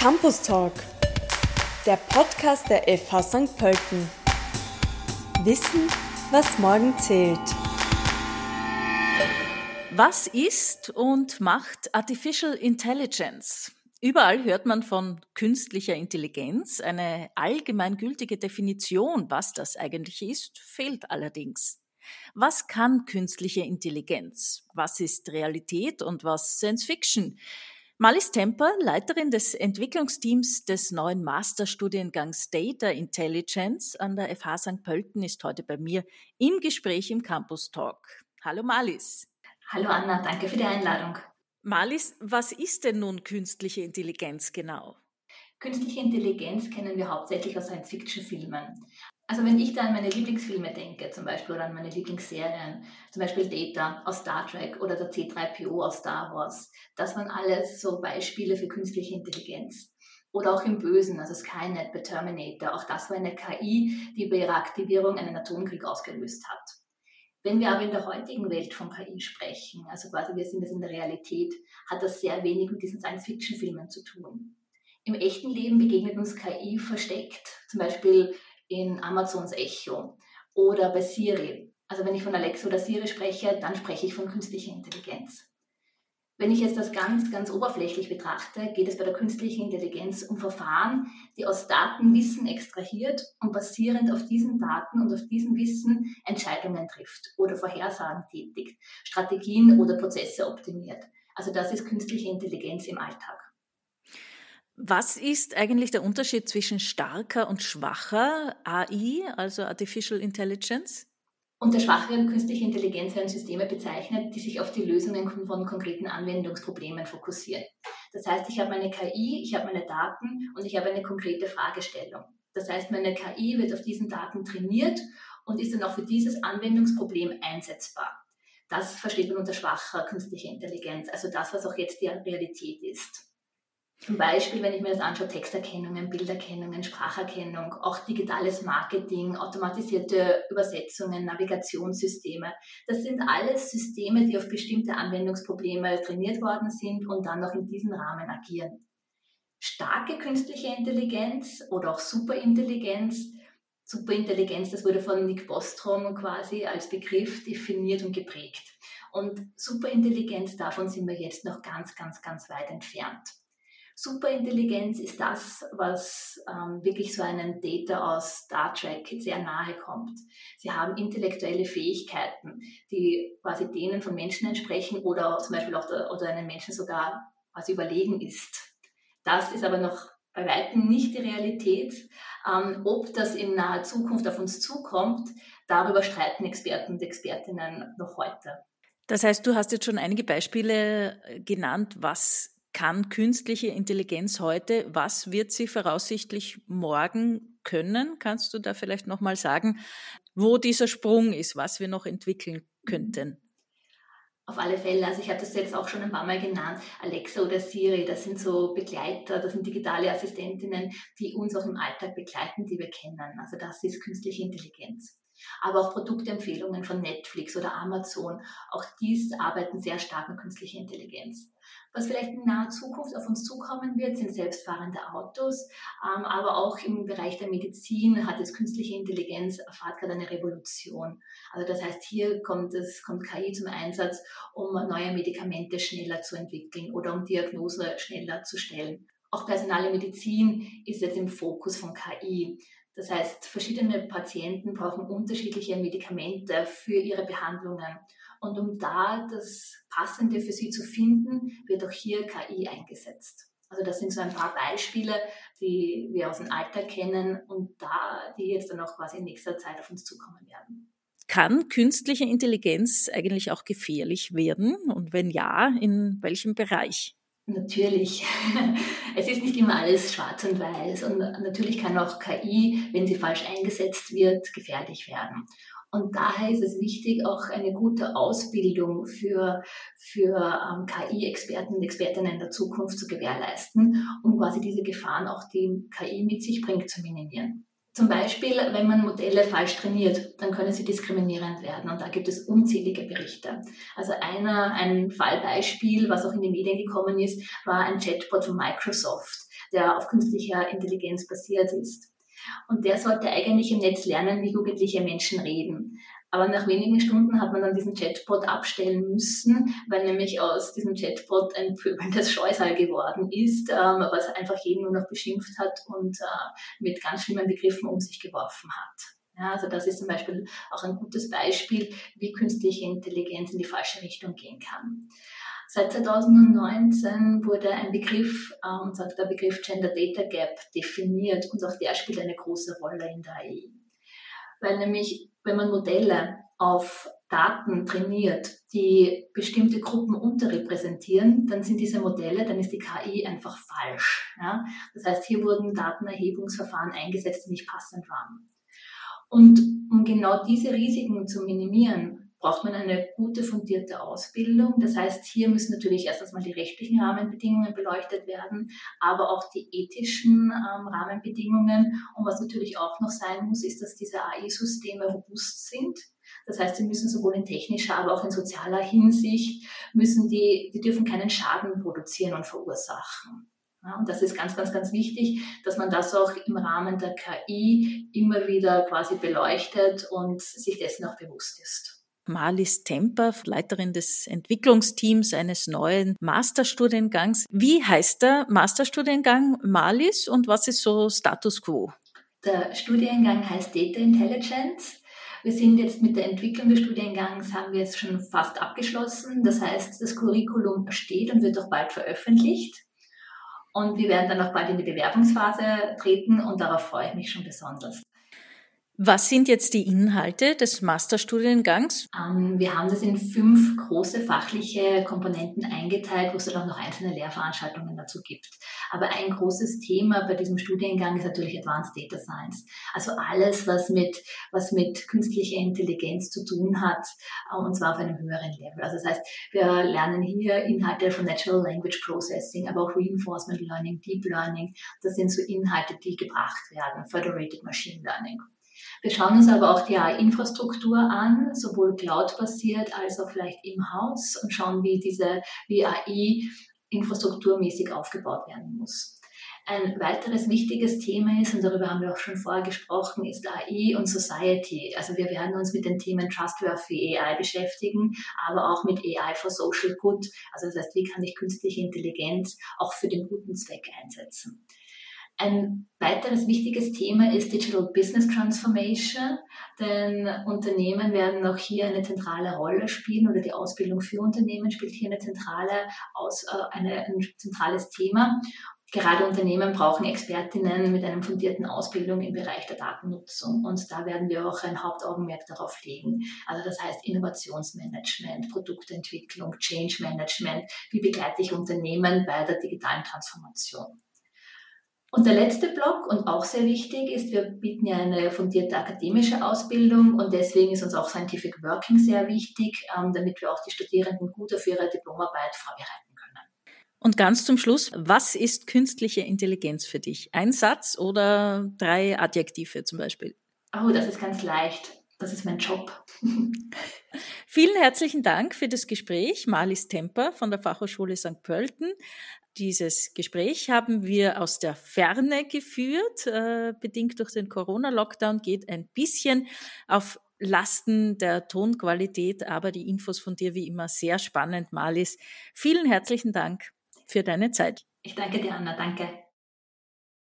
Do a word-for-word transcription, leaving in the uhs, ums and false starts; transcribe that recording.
Campus Talk, der Podcast der F H Sankt Pölten. Wissen, was morgen zählt. Was ist und macht Artificial Intelligence? Überall hört man von künstlicher Intelligenz. Eine allgemeingültige Definition, was das eigentlich ist, fehlt allerdings. Was kann künstliche Intelligenz? Was ist Realität und was Science Fiction? Marlies Temper, Leiterin des Entwicklungsteams des neuen Masterstudiengangs Data Intelligence an der F H Sankt Pölten, ist heute bei mir im Gespräch im Campus Talk. Hallo Marlies. Hallo Anna, danke für die Einladung. Marlies, was ist denn nun künstliche Intelligenz genau? Künstliche Intelligenz kennen wir hauptsächlich aus Science-Fiction-Filmen. Also wenn ich da an meine Lieblingsfilme denke, zum Beispiel, oder an meine Lieblingsserien, zum Beispiel Data aus Star Trek oder der C drei P O aus Star Wars, das waren alles so Beispiele für künstliche Intelligenz. Oder auch im Bösen, also Skynet bei Terminator, auch das war eine K I, die bei ihrer Aktivierung einen Atomkrieg ausgelöst hat. Wenn wir aber in der heutigen Welt von K I sprechen, also quasi wir sind das in der Realität, hat das sehr wenig mit diesen Science-Fiction-Filmen zu tun. Im echten Leben begegnet uns K I versteckt, zum Beispiel in Amazons Echo oder bei Siri. Also wenn ich von Alexa oder Siri spreche, dann spreche ich von künstlicher Intelligenz. Wenn ich jetzt das ganz, ganz oberflächlich betrachte, geht es bei der künstlichen Intelligenz um Verfahren, die aus Daten Wissen extrahiert und basierend auf diesen Daten und auf diesem Wissen Entscheidungen trifft oder Vorhersagen tätigt, Strategien oder Prozesse optimiert. Also das ist künstliche Intelligenz im Alltag. Was ist eigentlich der Unterschied zwischen starker und schwacher A I, also Artificial Intelligence? Unter schwachere künstliche Intelligenz werden Systeme bezeichnet, die sich auf die Lösungen von konkreten Anwendungsproblemen fokussieren. Das heißt, ich habe meine K I, ich habe meine Daten und ich habe eine konkrete Fragestellung. Das heißt, meine K I wird auf diesen Daten trainiert und ist dann auch für dieses Anwendungsproblem einsetzbar. Das versteht man unter schwacher künstlicher Intelligenz, also das, was auch jetzt die Realität ist. Zum Beispiel, wenn ich mir das anschaue, Texterkennungen, Bilderkennungen, Spracherkennung, auch digitales Marketing, automatisierte Übersetzungen, Navigationssysteme. Das sind alles Systeme, die auf bestimmte Anwendungsprobleme trainiert worden sind und dann noch in diesem Rahmen agieren. Starke künstliche Intelligenz oder auch Superintelligenz, Superintelligenz, das wurde von Nick Bostrom quasi als Begriff definiert und geprägt. Und Superintelligenz, davon sind wir jetzt noch ganz, ganz, ganz weit entfernt. Superintelligenz ist das, was ähm, wirklich so einem Data aus Star Trek sehr nahe kommt. Sie haben intellektuelle Fähigkeiten, die quasi denen von Menschen entsprechen oder zum Beispiel auch der, oder einem Menschen sogar quasi überlegen ist. Das ist aber noch bei weitem nicht die Realität. Ähm, ob das in naher Zukunft auf uns zukommt, darüber streiten Experten und Expertinnen noch heute. Das heißt, du hast jetzt schon einige Beispiele genannt, was kann künstliche Intelligenz heute, was wird sie voraussichtlich morgen können? Kannst du da vielleicht nochmal sagen, wo dieser Sprung ist, was wir noch entwickeln könnten? Auf alle Fälle, also ich habe das jetzt auch schon ein paar Mal genannt, Alexa oder Siri, das sind so Begleiter, das sind digitale Assistentinnen, die uns auch im Alltag begleiten, die wir kennen. Also das ist künstliche Intelligenz. Aber auch Produktempfehlungen von Netflix oder Amazon, auch dies arbeiten sehr stark mit künstlicher Intelligenz. Was vielleicht in naher Zukunft auf uns zukommen wird, sind selbstfahrende Autos, ähm, aber auch im Bereich der Medizin hat jetzt künstliche Intelligenz erfahrt gerade eine Revolution. Also das heißt, hier kommt, es, kommt K I zum Einsatz, um neue Medikamente schneller zu entwickeln oder um Diagnose schneller zu stellen. Auch personale Medizin ist jetzt im Fokus von K I. Das heißt, verschiedene Patienten brauchen unterschiedliche Medikamente für ihre Behandlungen. Und um da das Passende für sie zu finden, wird auch hier K I eingesetzt. Also das sind so ein paar Beispiele, die wir aus dem Alltag kennen und da, die jetzt dann auch quasi in nächster Zeit auf uns zukommen werden. Kann künstliche Intelligenz eigentlich auch gefährlich werden? Und wenn ja, in welchem Bereich? Natürlich. Es ist nicht immer alles schwarz und weiß und natürlich kann auch K I, wenn sie falsch eingesetzt wird, gefährlich werden. Und daher ist es wichtig, auch eine gute Ausbildung für, für ähm, K I-Experten und Expertinnen der Zukunft zu gewährleisten, um quasi diese Gefahren, auch die K I mit sich bringt, zu minimieren. Zum Beispiel, wenn man Modelle falsch trainiert, dann können sie diskriminierend werden und da gibt es unzählige Berichte. Also einer, ein Fallbeispiel, was auch in die Medien gekommen ist, war ein Chatbot von Microsoft, der auf künstlicher Intelligenz basiert ist. Und der sollte eigentlich im Netz lernen, wie jugendliche Menschen reden. Aber nach wenigen Stunden hat man dann diesen Chatbot abstellen müssen, weil nämlich aus diesem Chatbot ein pöbelndes Scheusal geworden ist, ähm, was einfach jeden nur noch beschimpft hat und äh, mit ganz schlimmen Begriffen um sich geworfen hat. Ja, also das ist zum Beispiel auch ein gutes Beispiel, wie künstliche Intelligenz in die falsche Richtung gehen kann. Seit zweitausendneunzehn wurde ein Begriff, äh, und zwar der Begriff Gender Data Gap, definiert und auch der spielt eine große Rolle in der A I. Weil nämlich, wenn man Modelle auf Daten trainiert, die bestimmte Gruppen unterrepräsentieren, dann sind diese Modelle, dann ist die K I einfach falsch. Ja? Das heißt, hier wurden Datenerhebungsverfahren eingesetzt, die nicht passend waren. Und um genau diese Risiken zu minimieren, braucht man eine gute, fundierte Ausbildung. Das heißt, hier müssen natürlich erst einmal die rechtlichen Rahmenbedingungen beleuchtet werden, aber auch die ethischen ähm, Rahmenbedingungen. Und was natürlich auch noch sein muss, ist, dass diese A I-Systeme robust sind. Das heißt, sie müssen sowohl in technischer, aber auch in sozialer Hinsicht, müssen die, die dürfen keinen Schaden produzieren und verursachen. Ja, und das ist ganz, ganz, ganz wichtig, dass man das auch im Rahmen der K I immer wieder quasi beleuchtet und sich dessen auch bewusst ist. Marlies Temper, Leiterin des Entwicklungsteams eines neuen Masterstudiengangs. Wie heißt der Masterstudiengang, Marlies, und was ist so Status Quo? Der Studiengang heißt Data Intelligence. Wir sind jetzt mit der Entwicklung des Studiengangs, haben wir jetzt schon fast abgeschlossen. Das heißt, das Curriculum steht und wird auch bald veröffentlicht. Und wir werden dann auch bald in die Bewerbungsphase treten und darauf freue ich mich schon besonders. Was sind jetzt die Inhalte des Masterstudiengangs? Ähm, wir haben das in fünf große fachliche Komponenten eingeteilt, wo es dann auch noch einzelne Lehrveranstaltungen dazu gibt. Aber ein großes Thema bei diesem Studiengang ist natürlich Advanced Data Science. Also alles, was mit, was mit künstlicher Intelligenz zu tun hat, und zwar auf einem höheren Level. Also das heißt, wir lernen hier Inhalte von Natural Language Processing, aber auch Reinforcement Learning, Deep Learning. Das sind so Inhalte, die gebracht werden, Federated Machine Learning. Wir schauen uns aber auch die A I-Infrastruktur an, sowohl cloud-basiert als auch vielleicht im Haus und schauen, wie diese, wie A I infrastrukturmäßig aufgebaut werden muss. Ein weiteres wichtiges Thema ist, und darüber haben wir auch schon vorher gesprochen, ist A I und Society. Also wir werden uns mit den Themen Trustworthy A I beschäftigen, aber auch mit A I for Social Good. Also das heißt, wie kann ich künstliche Intelligenz auch für den guten Zweck einsetzen? Ein weiteres wichtiges Thema ist Digital Business Transformation, denn Unternehmen werden auch hier eine zentrale Rolle spielen oder die Ausbildung für Unternehmen spielt hier eine zentrale, aus, äh, eine, ein zentrales Thema. Gerade Unternehmen brauchen Expertinnen mit einer fundierten Ausbildung im Bereich der Datennutzung und da werden wir auch ein Hauptaugenmerk darauf legen. Also das heißt Innovationsmanagement, Produktentwicklung, Change Management, wie begleite ich Unternehmen bei der digitalen Transformation. Und der letzte Block und auch sehr wichtig ist, wir bieten ja eine fundierte akademische Ausbildung und deswegen ist uns auch Scientific Working sehr wichtig, damit wir auch die Studierenden gut auf ihre Diplomarbeit vorbereiten können. Und ganz zum Schluss, was ist künstliche Intelligenz für dich? Ein Satz oder drei Adjektive zum Beispiel? Oh, das ist ganz leicht. Das ist mein Job. Vielen herzlichen Dank für das Gespräch, Marlies Temper von der Fachhochschule Sankt Pölten. Dieses Gespräch haben wir aus der Ferne geführt, äh, bedingt durch den Corona-Lockdown, geht ein bisschen auf Lasten der Tonqualität, aber die Infos von dir wie immer sehr spannend, Marlies. Vielen herzlichen Dank für deine Zeit. Ich danke dir, Anna. Danke.